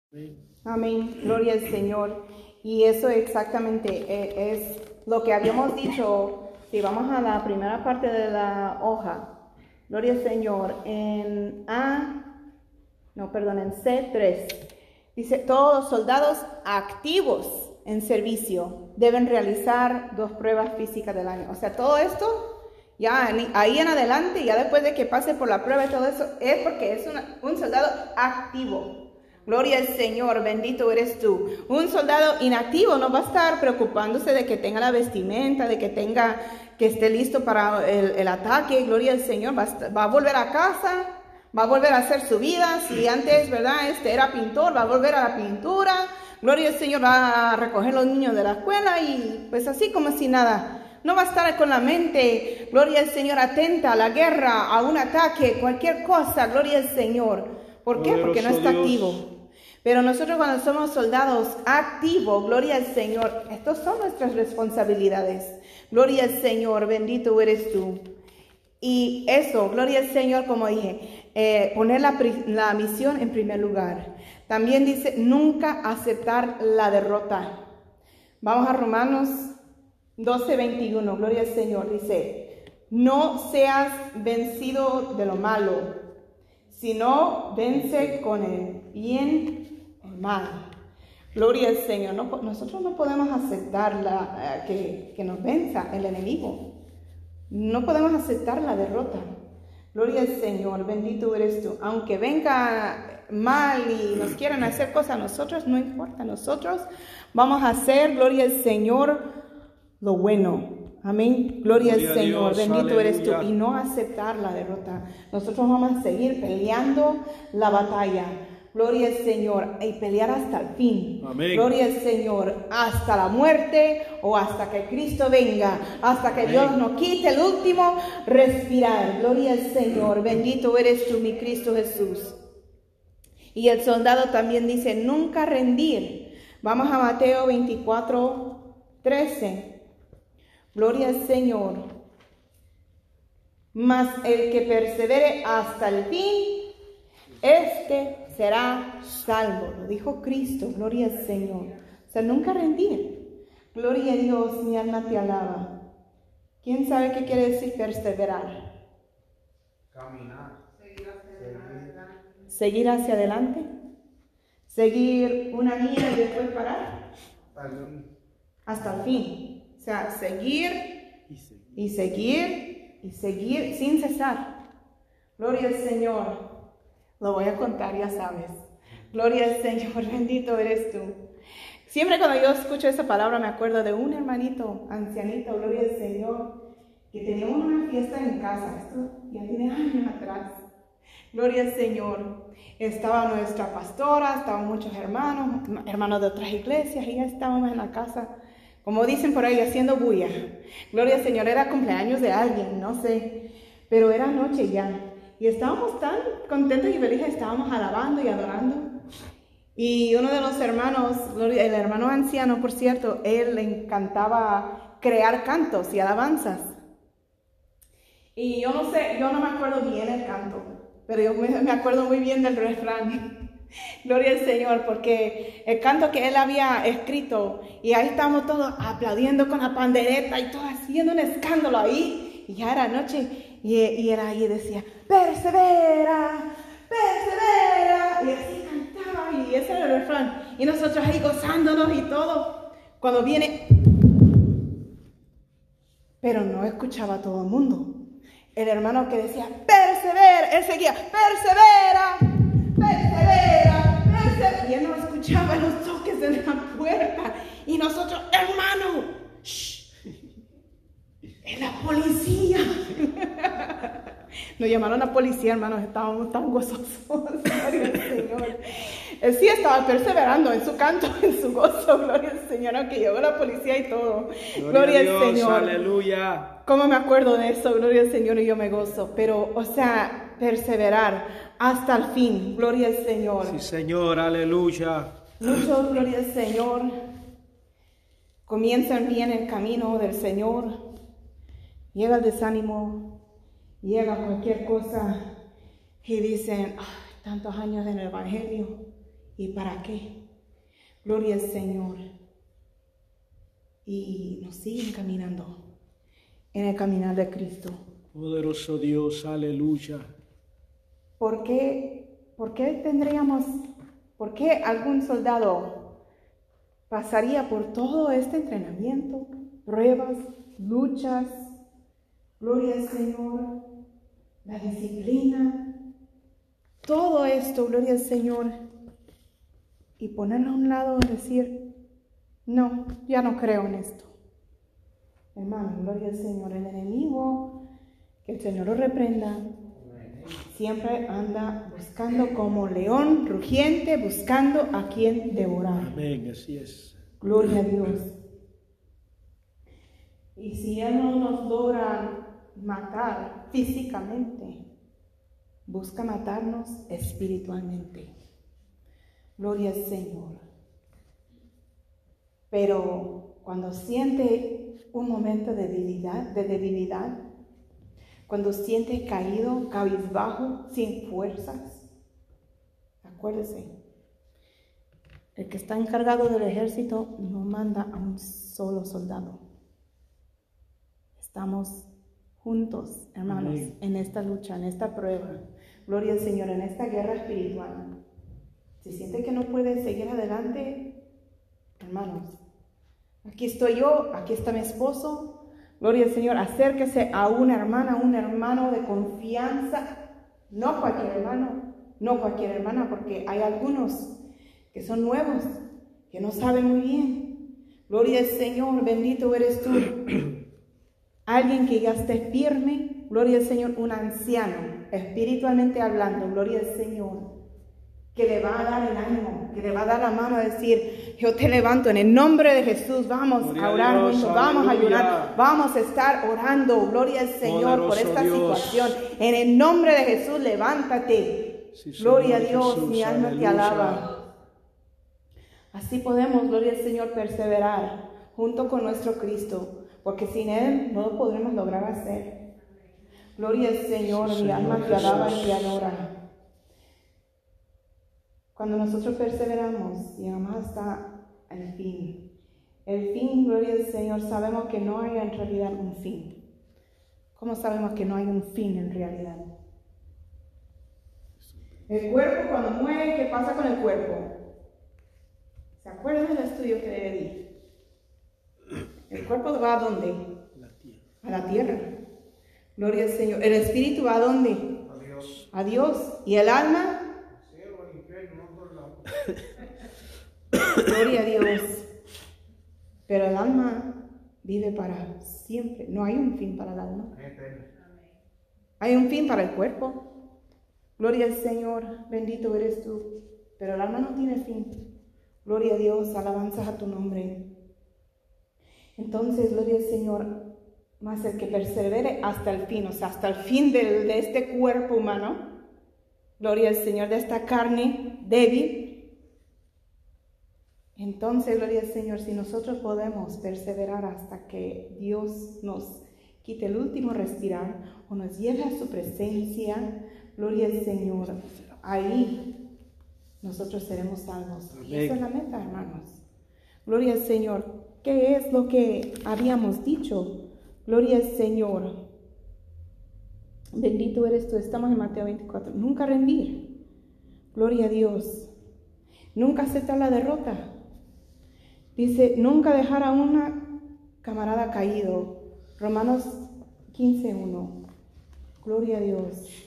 Amén, gloria al Señor. Y eso exactamente es lo que habíamos dicho. Si vamos a la primera parte de la hoja, gloria al Señor, en C3, dice, todos los soldados activos en servicio deben realizar 2 pruebas físicas del año. O sea, todo esto, ya ahí en adelante, ya después de que pase por la prueba y todo eso, es porque es un soldado activo. Gloria al Señor, bendito eres tú. Un soldado inactivo no va a estar preocupándose de que tenga la vestimenta, de que esté listo para el ataque. Gloria al Señor, va a volver a casa, va a volver a hacer su vida. Si antes, ¿verdad? Era pintor, va a volver a la pintura. Gloria al Señor, va a recoger los niños de la escuela y pues así como si nada. No va a estar con la mente, gloria al Señor, atenta a la guerra, a un ataque, cualquier cosa, gloria al Señor. ¿Por qué? Porque no está activo. Pero nosotros cuando somos soldados activos, gloria al Señor, estas son nuestras responsabilidades. Gloria al Señor, bendito eres tú. Y eso, gloria al Señor, como dije, poner la misión en primer lugar. También dice, nunca aceptar la derrota. Vamos a Romanos 12:21, gloria al Señor, dice, no seas vencido de lo malo, sino vence con el bien el mal. Gloria al Señor. Nosotros no podemos aceptar que nos venza el enemigo. No podemos aceptar la derrota. Gloria al Señor, bendito eres tú. Aunque venga mal y nos quieran hacer cosas a nosotros, no importa. Nosotros vamos a hacer, gloria al Señor, lo bueno. Amén. Gloria al Señor. Dios, bendito aleluya. Eres tú. Y no aceptar la derrota. Nosotros vamos a seguir peleando la batalla. Gloria al Señor. Y pelear hasta el fin. Amén. Gloria al Señor. Hasta la muerte o hasta que Cristo venga. Hasta que Amén. Dios nos quite el último respirar. Gloria al Señor. Bendito eres tú, mi Cristo Jesús. Y el soldado también dice, nunca rendir. Vamos a Mateo 24:13. Gloria al Señor. Mas el que persevere hasta el fin, este será salvo. Lo dijo Cristo. Gloria al Señor. O sea, nunca rendir. Gloria a Dios, mi alma te alaba. ¿Quién sabe qué quiere decir perseverar? Caminar. Seguir hacia adelante. Seguir una línea y después parar. Hasta el fin. O sea, seguir y seguir y seguir sin cesar. Gloria al Señor. Lo voy a contar, ya sabes. Gloria al Señor, bendito eres tú. Siempre cuando yo escucho esa palabra me acuerdo de un hermanito ancianito, gloria al Señor, que teníamos una fiesta en casa. Esto ya tiene años atrás. Gloria al Señor. Estaba nuestra pastora, estaban muchos hermanos de otras iglesias y ya estábamos en la casa. Como dicen por ahí, haciendo bulla. Gloria al Señor, era cumpleaños de alguien, no sé. Pero era noche ya. Y estábamos tan contentos y felices, estábamos alabando y adorando. Y uno de los hermanos, el hermano anciano, por cierto, él le encantaba crear cantos y alabanzas. Y yo no sé, yo no me acuerdo bien el canto, pero yo me acuerdo muy bien del refrán. Gloria al Señor, porque el canto que él había escrito, y ahí estábamos todos aplaudiendo con la pandereta y todo haciendo un escándalo ahí, y ya era noche, y él ahí decía, persevera, persevera, y así cantaba, y ese era el refrán, y nosotros ahí gozándonos y todo, cuando viene, pero no escuchaba a todo el mundo. El hermano que decía, persevera, él seguía, persevera, persevera, persevera. Y él no escuchaba los toques de la puerta. Y nosotros, hermano, shh, es la policía. Nos llamaron a policía, hermanos, estábamos tan gozosos. Gloria al Señor. Él sí estaba perseverando en su canto, en su gozo, gloria al Señor, aunque llegó la policía y todo. Gloria al Señor. Aleluya. ¿Cómo me acuerdo de eso? Gloria al Señor y yo me gozo. Pero, o sea, perseverar hasta el fin. Gloria al Señor. Sí, Señor, aleluya. Muchos, gloria al Señor, comienzan bien el camino del Señor. Llega el desánimo, llega cualquier cosa y dicen, tantos años en el Evangelio ¿Y para qué? Gloria al Señor. Y nos siguen caminando en el caminar de Cristo. Poderoso Dios, aleluya. ¿Por qué algún soldado pasaría por todo este entrenamiento, pruebas, luchas, gloria al Señor, la disciplina, todo esto, gloria al Señor, y ponerlo a un lado y decir, no, ya no creo en esto? Hermano, gloria al Señor. El enemigo, que el Señor lo reprenda, siempre anda buscando como león rugiente, buscando a quien devorar. Amén, así es. Gloria a Dios. Y si Él no nos logra matar físicamente, busca matarnos espiritualmente. Gloria al Señor. Pero cuando siente un momento de debilidad, cuando siente caído, cabizbajo, sin fuerzas, acuérdese, el que está encargado del ejército no manda a un solo soldado. Estamos juntos, hermanos, Amén, en esta lucha, en esta prueba. Gloria al Señor, en esta guerra espiritual. Si siente que no puede seguir adelante, hermanos, aquí estoy yo, aquí está mi esposo. Gloria al Señor, acérquese a una hermana, a un hermano de confianza. No cualquier hermano, no cualquier hermana, porque hay algunos que son nuevos, que no saben muy bien. Gloria al Señor, bendito eres tú. Alguien que ya esté firme, gloria al Señor, un anciano, espiritualmente hablando, gloria al Señor, que le va a dar el ánimo, que le va a dar la mano a decir, yo te levanto en el nombre de Jesús, vamos gloria a orar Dios, juntos, vamos a aleluya. ayunar, vamos a estar orando, gloria al Señor, por Poderoso esta Dios. situación. En el nombre de Jesús, levántate. Sí, Señor Gloria a Dios, Jesús, mi alma te aleluya. alaba. Así podemos, gloria al Señor, perseverar junto con nuestro Cristo, porque sin Él no lo podremos lograr hacer. Gloria al Señor, Sí, mi Señor alma te alaba y Jesús. te adora. Cuando nosotros perseveramos, llegamos hasta el fin. El fin, gloria al Señor, sabemos que no hay en realidad un fin. ¿Cómo sabemos que no hay un fin en realidad? El cuerpo cuando muere, ¿qué pasa con el cuerpo? ¿Se acuerdan del estudio que le di? El cuerpo va ¿a dónde? La tierra. A la tierra. Gloria al Señor. ¿El espíritu va ¿a dónde? A Dios. A Dios. ¿Y el alma? Gloria a Dios. Pero el alma vive para siempre. No hay un fin para el alma. Hay un fin para el cuerpo. Gloria al Señor, bendito eres tú. Pero el alma no tiene fin. Gloria a Dios, alabanzas a tu nombre. Entonces, gloria al Señor, más el que persevere hasta el fin, o sea, hasta el fin de este cuerpo humano. Gloria al Señor, de esta carne débil. Entonces, gloria al Señor, si nosotros podemos perseverar hasta que Dios nos quite el último respirar o nos lleve a su presencia, gloria al Señor, ahí nosotros seremos salvos. Y esa es la meta, hermanos. Gloria al Señor. ¿Qué es lo que habíamos dicho? Gloria al Señor. Bendito eres tú. Estamos en Mateo 24. Nunca rendir. Gloria a Dios. Nunca aceptar la derrota. Dice, nunca dejar a una camarada caído. Romanos 15:1. Gloria a Dios.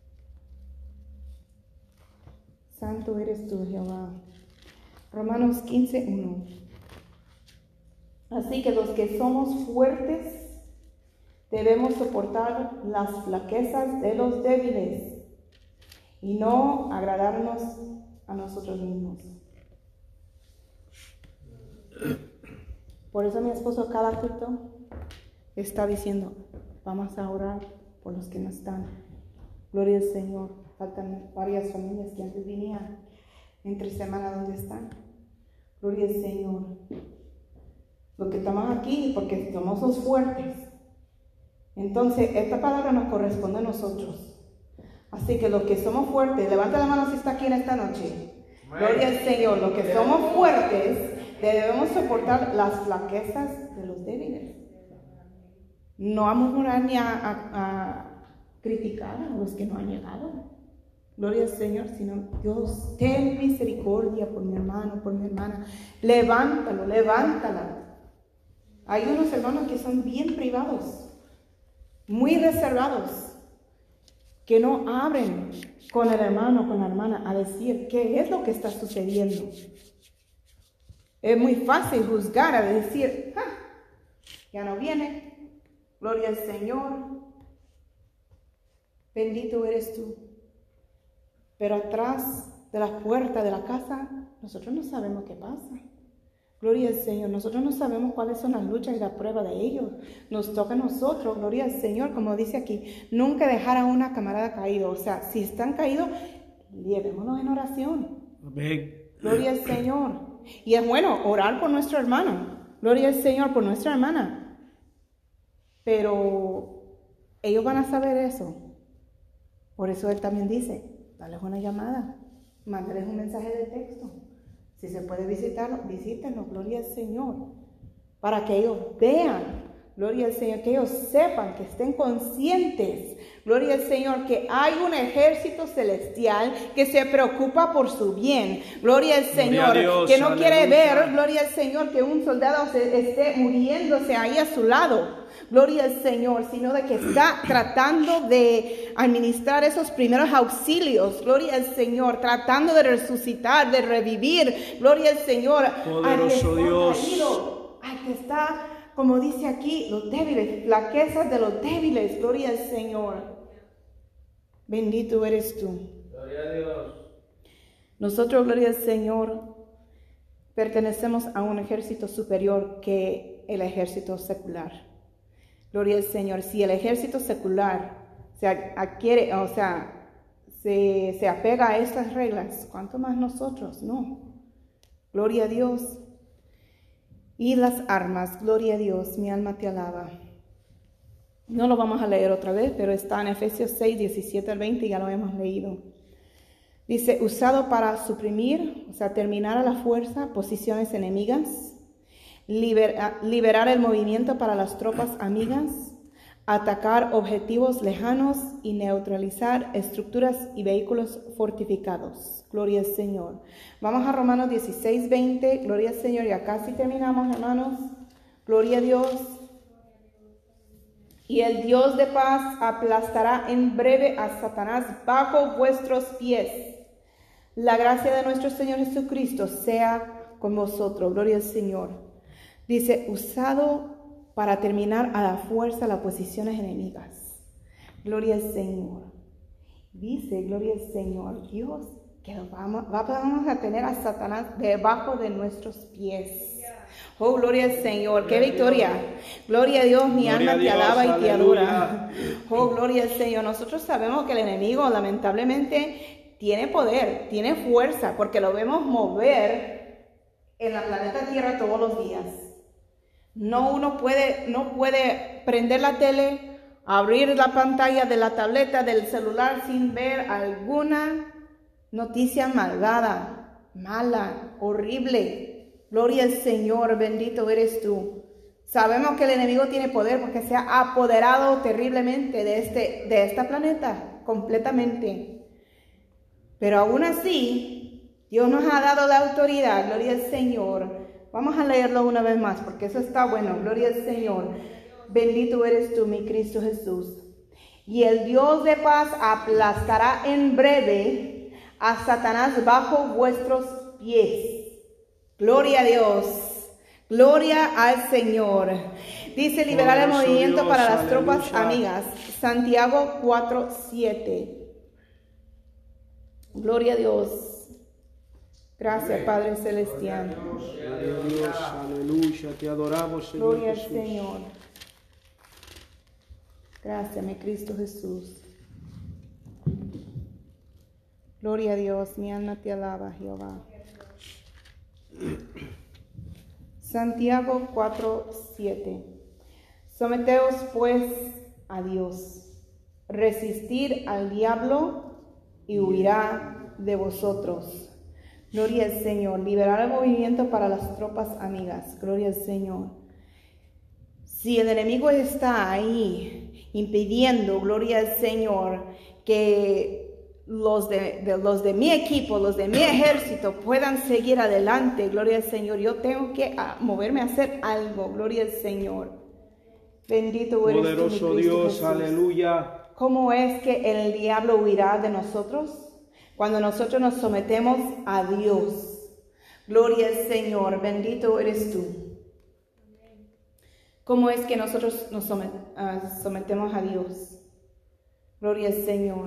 Santo eres tú, Jehová. Romanos 15:1. Así que los que somos fuertes debemos soportar las flaquezas de los débiles y no agradarnos a nosotros mismos. Por eso mi esposo cada culto está diciendo, vamos a orar por los que no están. Gloria al Señor. Faltan varias familias que antes venían entre semana, ¿dónde están? Gloria al Señor. Lo que estamos aquí porque somos los fuertes. Entonces, esta palabra nos corresponde a nosotros. Así que los que somos fuertes, levanta la mano si está aquí en esta noche. Gloria al Señor. Los que somos fuertes debemos soportar las flaquezas de los débiles. No a murmurar ni a criticar a los que no han llegado. Gloria al Señor, sino Dios, ten misericordia por mi hermano, por mi hermana. Levántalo, levántala. Hay unos hermanos que son bien privados, muy reservados, que no abren con el hermano, con la hermana, a decir qué es lo que está sucediendo. Es muy fácil juzgar, a decir, ya no viene. Gloria al Señor. Bendito eres tú. Pero atrás de la puerta de la casa, nosotros no sabemos qué pasa. Gloria al Señor. Nosotros no sabemos cuáles son las luchas y la prueba de ellos. Nos toca a nosotros, gloria al Señor, como dice aquí, nunca dejar a una camarada caído. O sea, si están caídos, llevémoslos en oración. Amén. Gloria al Señor. Y es bueno orar por nuestro hermano. Gloria al Señor por nuestra hermana. Pero ellos van a saber eso. Por eso Él también dice, dales una llamada, mándales un mensaje de texto. Si se puede visitarlo, visítenlo, gloria al Señor. Para que ellos vean, gloria al Señor, que ellos sepan, que estén conscientes, gloria al Señor, que hay un ejército celestial que se preocupa por su bien. Gloria al Señor, Dios, que no aleluya. quiere ver, gloria al Señor, que un soldado esté muriéndose ahí a su lado. Gloria al Señor, sino de que está tratando de administrar esos primeros auxilios. Gloria al Señor, tratando de resucitar, de revivir. Gloria al Señor. Poderoso Dios. Caído, al que está, como dice aquí, los débiles, flaquezas de los débiles. Gloria al Señor. Bendito eres tú. Gloria a Dios. Nosotros, gloria al Señor, pertenecemos a un ejército superior que el ejército secular. Gloria al Señor. Si el ejército secular se adquiere, o sea, se apega a estas reglas, ¿cuánto más nosotros? No. Gloria a Dios. Y las armas, gloria a Dios, mi alma te alaba. No lo vamos a leer otra vez, pero está en Efesios 6, 17 al 20, ya lo hemos leído. Dice, usado para suprimir, o sea, terminar a la fuerza posiciones enemigas, liberar el movimiento para las tropas amigas, atacar objetivos lejanos y neutralizar estructuras y vehículos fortificados. Gloria al Señor. Vamos a Romanos 16, 20. Gloria al Señor. Ya casi terminamos, hermanos. Gloria a Dios. Y el Dios de paz aplastará en breve a Satanás bajo vuestros pies. La gracia de nuestro Señor Jesucristo sea con vosotros. Gloria al Señor. Dice, usado para terminar a la fuerza las posiciones enemigas. Gloria al Señor. Dice, gloria al Señor, Dios, que vamos a tener a Satanás debajo de nuestros pies. Oh, gloria al Señor, qué victoria. Gloria a Dios, mi alma te alaba y te adora. Oh, gloria al Señor. Nosotros sabemos que el enemigo lamentablemente tiene poder, tiene fuerza, porque lo vemos mover en la planeta Tierra todos los días. No puede prender la tele, abrir la pantalla de la tableta, del celular sin ver alguna noticia malvada, mala, horrible. Gloria al Señor, bendito eres tú. Sabemos que el enemigo tiene poder porque se ha apoderado terriblemente de esta planeta, completamente. Pero aún así, Dios nos ha dado la autoridad, gloria al Señor. Vamos a leerlo una vez más, porque eso está bueno. Gloria al Señor. Bendito eres tú, mi Cristo Jesús. Y el Dios de paz aplastará en breve a Satanás bajo vuestros pies. Gloria a Dios. Gloria al Señor. Dice liberar el movimiento para las tropas amigas. Santiago 4, 7. Gloria a Dios. Gracias, Padre Celestial. Gloria a Dios, aleluya, te adoramos, Señor. Gloria al Jesús. Señor. Gracias, mi Cristo Jesús. Gloria a Dios, mi alma te alaba, Jehová. Santiago 4, 7. Someteos pues a Dios. Resistir al diablo y huirá de vosotros. Gloria al Señor. Liberar el movimiento para las tropas amigas. Gloria al Señor. Si el enemigo está ahí impidiendo, gloria al Señor, que los de mi equipo, los de mi ejército puedan seguir adelante, gloria al Señor, yo tengo que moverme a hacer algo, gloria al Señor. Bendito eres tú, mi Poderoso Cristo Dios, Jesús. aleluya. ¿Cómo es que el diablo huirá de nosotros? Cuando nosotros nos sometemos a Dios. Gloria al Señor, bendito eres tú. ¿Cómo es que nosotros nos sometemos a Dios? Gloria al Señor.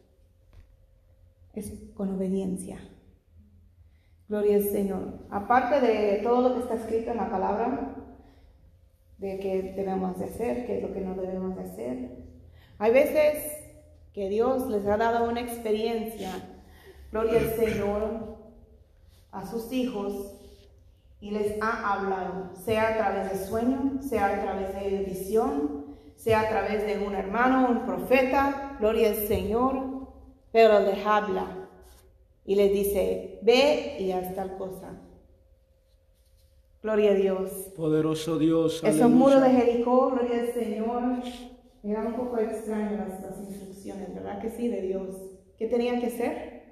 Es con obediencia. Gloria al Señor. Aparte de todo lo que está escrito en la palabra, de qué debemos de hacer, qué es lo que no debemos de hacer. Hay veces que Dios les ha dado una experiencia, gloria al Señor, a sus hijos y les ha hablado, sea a través de sueño, sea a través de visión, sea a través de un hermano, un profeta, gloria al Señor, pero les habla y les dice, ve y haz tal cosa. Gloria a Dios. Poderoso Dios, aleluya. Esos muros de Jericó, gloria al Señor, eran un poco extrañas las instrucciones, ¿verdad que sí? De Dios. ¿Qué tenían que hacer?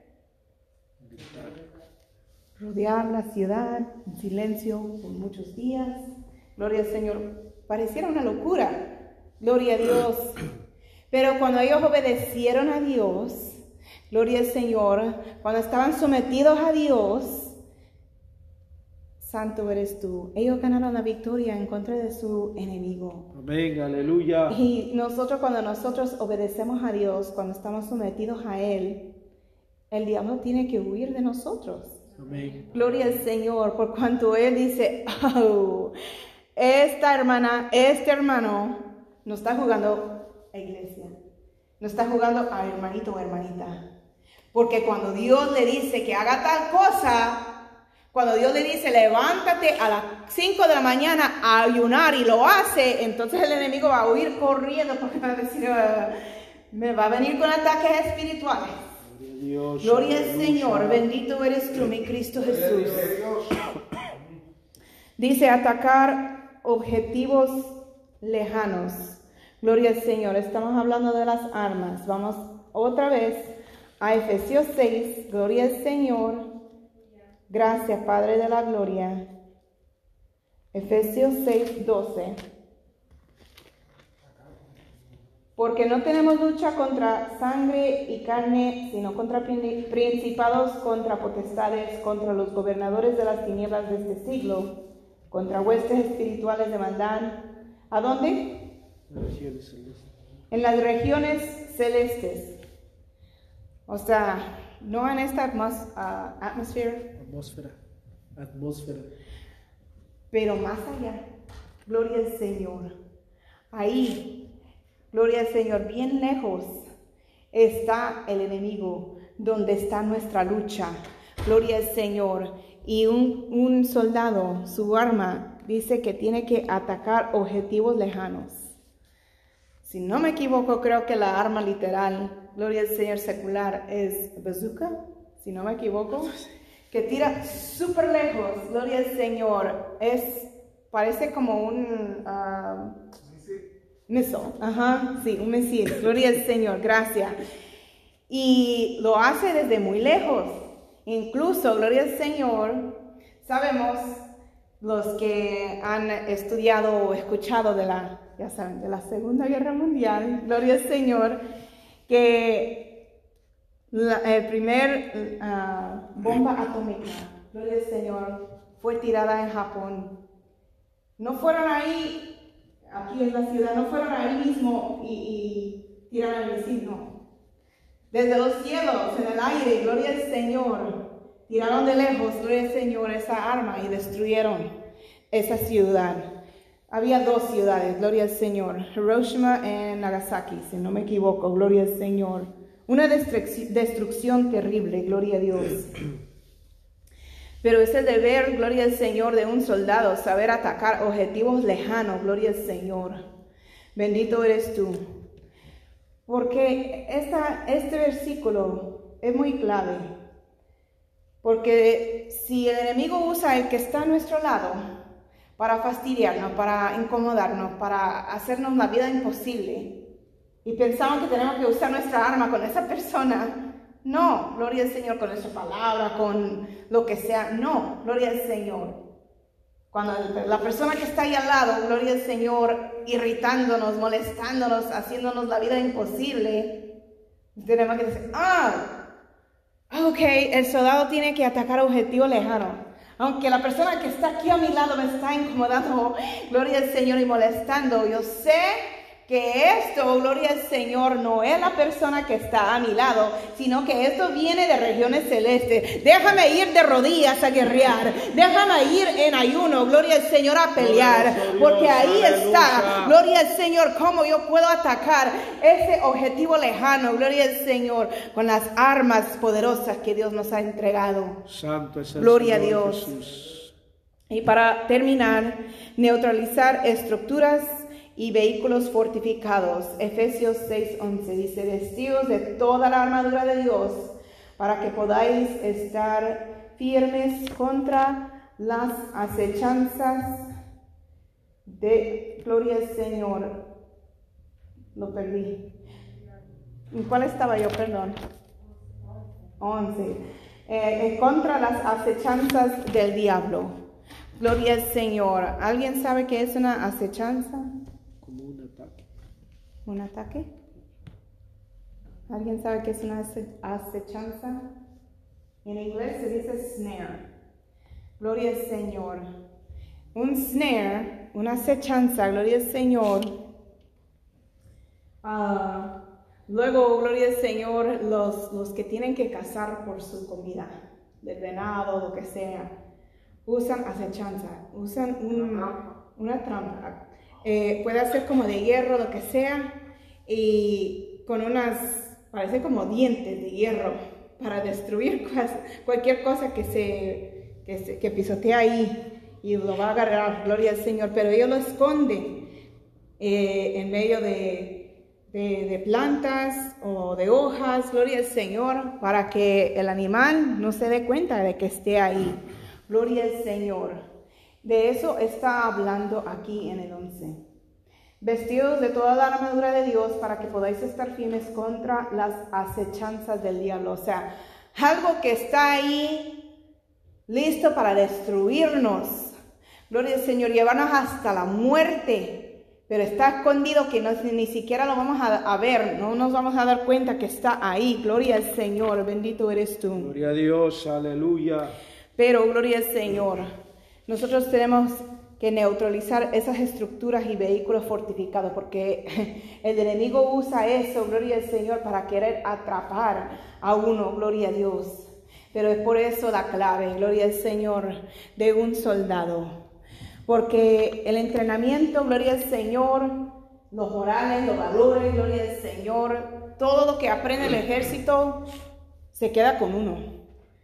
Rodear la ciudad en silencio por muchos días. Gloria al Señor. Pareciera una locura. Gloria a Dios. Pero cuando ellos obedecieron a Dios, gloria al Señor, cuando estaban sometidos a Dios, santo eres tú. Ellos ganaron la victoria en contra de su enemigo. Amén, aleluya. Y nosotros, cuando nosotros obedecemos a Dios, cuando estamos sometidos a Él, el diablo tiene que huir de nosotros. Amén. Gloria al Señor, por cuanto Él dice, oh, esta hermana, este hermano, no está jugando a iglesia, no está jugando a hermanito o hermanita. Porque cuando Dios le dice que haga tal cosa, cuando Dios le dice, levántate a las 5 de la mañana a ayunar y lo hace, entonces el enemigo va a huir corriendo porque va a decir, me va a venir con ataques espirituales. Dios, Gloria al aleluya. Señor, bendito eres tú, mi Cristo Jesús. Dice, atacar objetivos lejanos. Gloria al Señor, estamos hablando de las armas. Vamos otra vez a Efesios 6, gloria al Señor. Gracias, Padre de la gloria. Efesios 6, 12. Porque no tenemos lucha contra sangre y carne, sino contra principados, contra potestades, contra los gobernadores de las tinieblas de este siglo, contra huestes espirituales de maldad. ¿A dónde? En las regiones celestes. O sea, no en esta atmósfera, pero más allá. Gloria al Señor. Ahí. Gloria al Señor, bien lejos está el enemigo, donde está nuestra lucha. Gloria al Señor. Y un soldado, su arma, dice que tiene que atacar objetivos lejanos. Si no me equivoco, creo que la arma literal, gloria al Señor, secular, es bazooka, si no me equivoco, que tira súper lejos, gloria al Señor. Parece como un... misil, sí, un misil, gloria al Señor, gracias. Y lo hace desde muy lejos, incluso, gloria al Señor, sabemos, los que han estudiado o escuchado de la Segunda Guerra Mundial, gloria al Señor, que el primer bomba atómica, gloria al Señor, fue tirada en Japón. No fueron ahí, aquí en la ciudad, no fueron ahí mismo y tiraron el misil, no. Desde los cielos, en el aire, gloria al Señor, tiraron de lejos, gloria al Señor, esa arma y destruyeron esa ciudad. Había dos ciudades, gloria al Señor, Hiroshima y Nagasaki, si no me equivoco, gloria al Señor. Una destrucción terrible, gloria a Dios. Pero es el deber, gloria al Señor, de un soldado, saber atacar objetivos lejanos, gloria al Señor. Bendito eres tú. Porque este versículo es muy clave. Porque si el enemigo usa el que está a nuestro lado para fastidiarnos, para incomodarnos, para hacernos la vida imposible, y pensamos que tenemos que usar nuestra arma con esa persona, no, gloria al Señor, con nuestra palabra, con lo que sea, no, gloria al Señor. Cuando la persona que está ahí al lado, gloria al Señor, irritándonos, molestándonos, haciéndonos la vida imposible, tenemos que decir, ok, el soldado tiene que atacar objetivo lejano. Aunque la persona que está aquí a mi lado me está incomodando, gloria al Señor, y molestando, yo sé que esto, gloria al Señor, no es la persona que está a mi lado, sino que esto viene de regiones celestes. Déjame ir de rodillas a guerrear, déjame ir en ayuno, gloria al Señor, a pelear, porque ahí está, gloria al Señor, cómo yo puedo atacar ese objetivo lejano, gloria al Señor, con las armas poderosas que Dios nos ha entregado. Santo es el Gloria a Señor Dios. Jesús. Y para terminar, neutralizar estructuras y vehículos fortificados. Efesios 6:11 dice, vestidos de toda la armadura de Dios, para que podáis estar firmes contra las acechanzas de... Gloria al Señor. Lo perdí. ¿En cuál estaba yo? Perdón. 11. Contra las acechanzas del diablo. Gloria al Señor. ¿Alguien sabe qué es una acechanza? Como un ataque. ¿Un ataque? ¿Alguien sabe qué es una acechanza? En inglés se dice snare. Gloria al Señor. Un snare, una acechanza, gloria al Señor. Luego, gloria al Señor, los que tienen que cazar por su comida, del venado, lo que sea, usan acechanza, usan una trampa. Puede ser como de hierro, lo que sea, y con parece como dientes de hierro para destruir cualquier cosa que pisotea ahí, y lo va a agarrar, gloria al Señor, pero ellos lo esconden en medio de plantas o de hojas, gloria al Señor, para que el animal no se dé cuenta de que esté ahí, gloria al Señor. De eso está hablando aquí en el 11. Vestidos de toda la armadura de Dios para que podáis estar firmes contra las acechanzas del diablo. O sea, algo que está ahí listo para destruirnos. Gloria al Señor, llevarnos hasta la muerte. Pero está escondido que ni siquiera lo vamos a ver. No nos vamos a dar cuenta que está ahí. Gloria al Señor, bendito eres tú. Gloria a Dios, aleluya. Pero, gloria al Señor, nosotros tenemos que neutralizar esas estructuras y vehículos fortificados, porque el enemigo usa eso, gloria al Señor, para querer atrapar a uno, gloria a Dios. Pero es por eso la clave, gloria al Señor, de un soldado. Porque el entrenamiento, gloria al Señor, los morales, los valores, gloria al Señor, todo lo que aprende el ejército se queda con uno.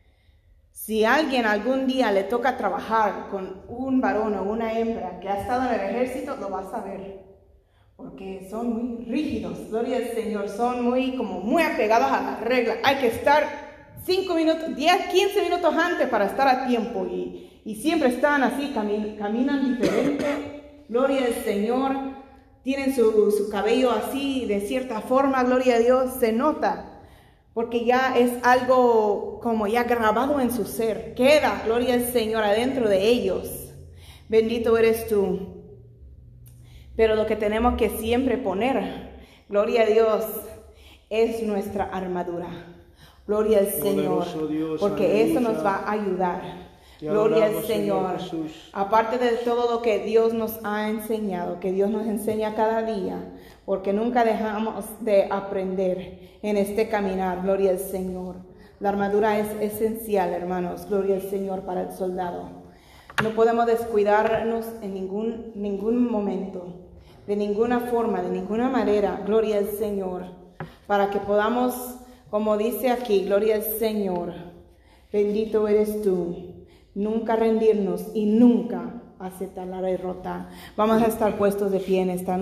Si a alguien algún día le toca trabajar con un varón o una hembra que ha estado en el ejército, lo vas a ver, porque son muy rígidos, gloria al Señor, son muy apegados a las reglas. Hay que estar 5 minutos, 10, 15 minutos antes para estar a tiempo, y siempre están así, caminan diferente, gloria al Señor, tienen su cabello así de cierta forma, gloria a Dios, se nota. Porque ya es algo como ya grabado en su ser. Queda, gloria al Señor, adentro de ellos. Bendito eres tú. Pero lo que tenemos que siempre poner, gloria a Dios, es nuestra armadura. Gloria al Señor. Dios, porque aleluya. Eso nos va a ayudar. Gloria al Señor. Aparte de todo lo que Dios nos ha enseñado, que Dios nos enseña cada día, porque nunca dejamos de aprender en este caminar, gloria al Señor. La armadura es esencial, hermanos, gloria al Señor, para el soldado. No podemos descuidarnos en ningún momento, de ninguna forma, de ninguna manera, gloria al Señor, para que podamos, como dice aquí, gloria al Señor, bendito eres tú. Nunca rendirnos y nunca aceptar la derrota. Vamos a estar puestos de pie en esta noche.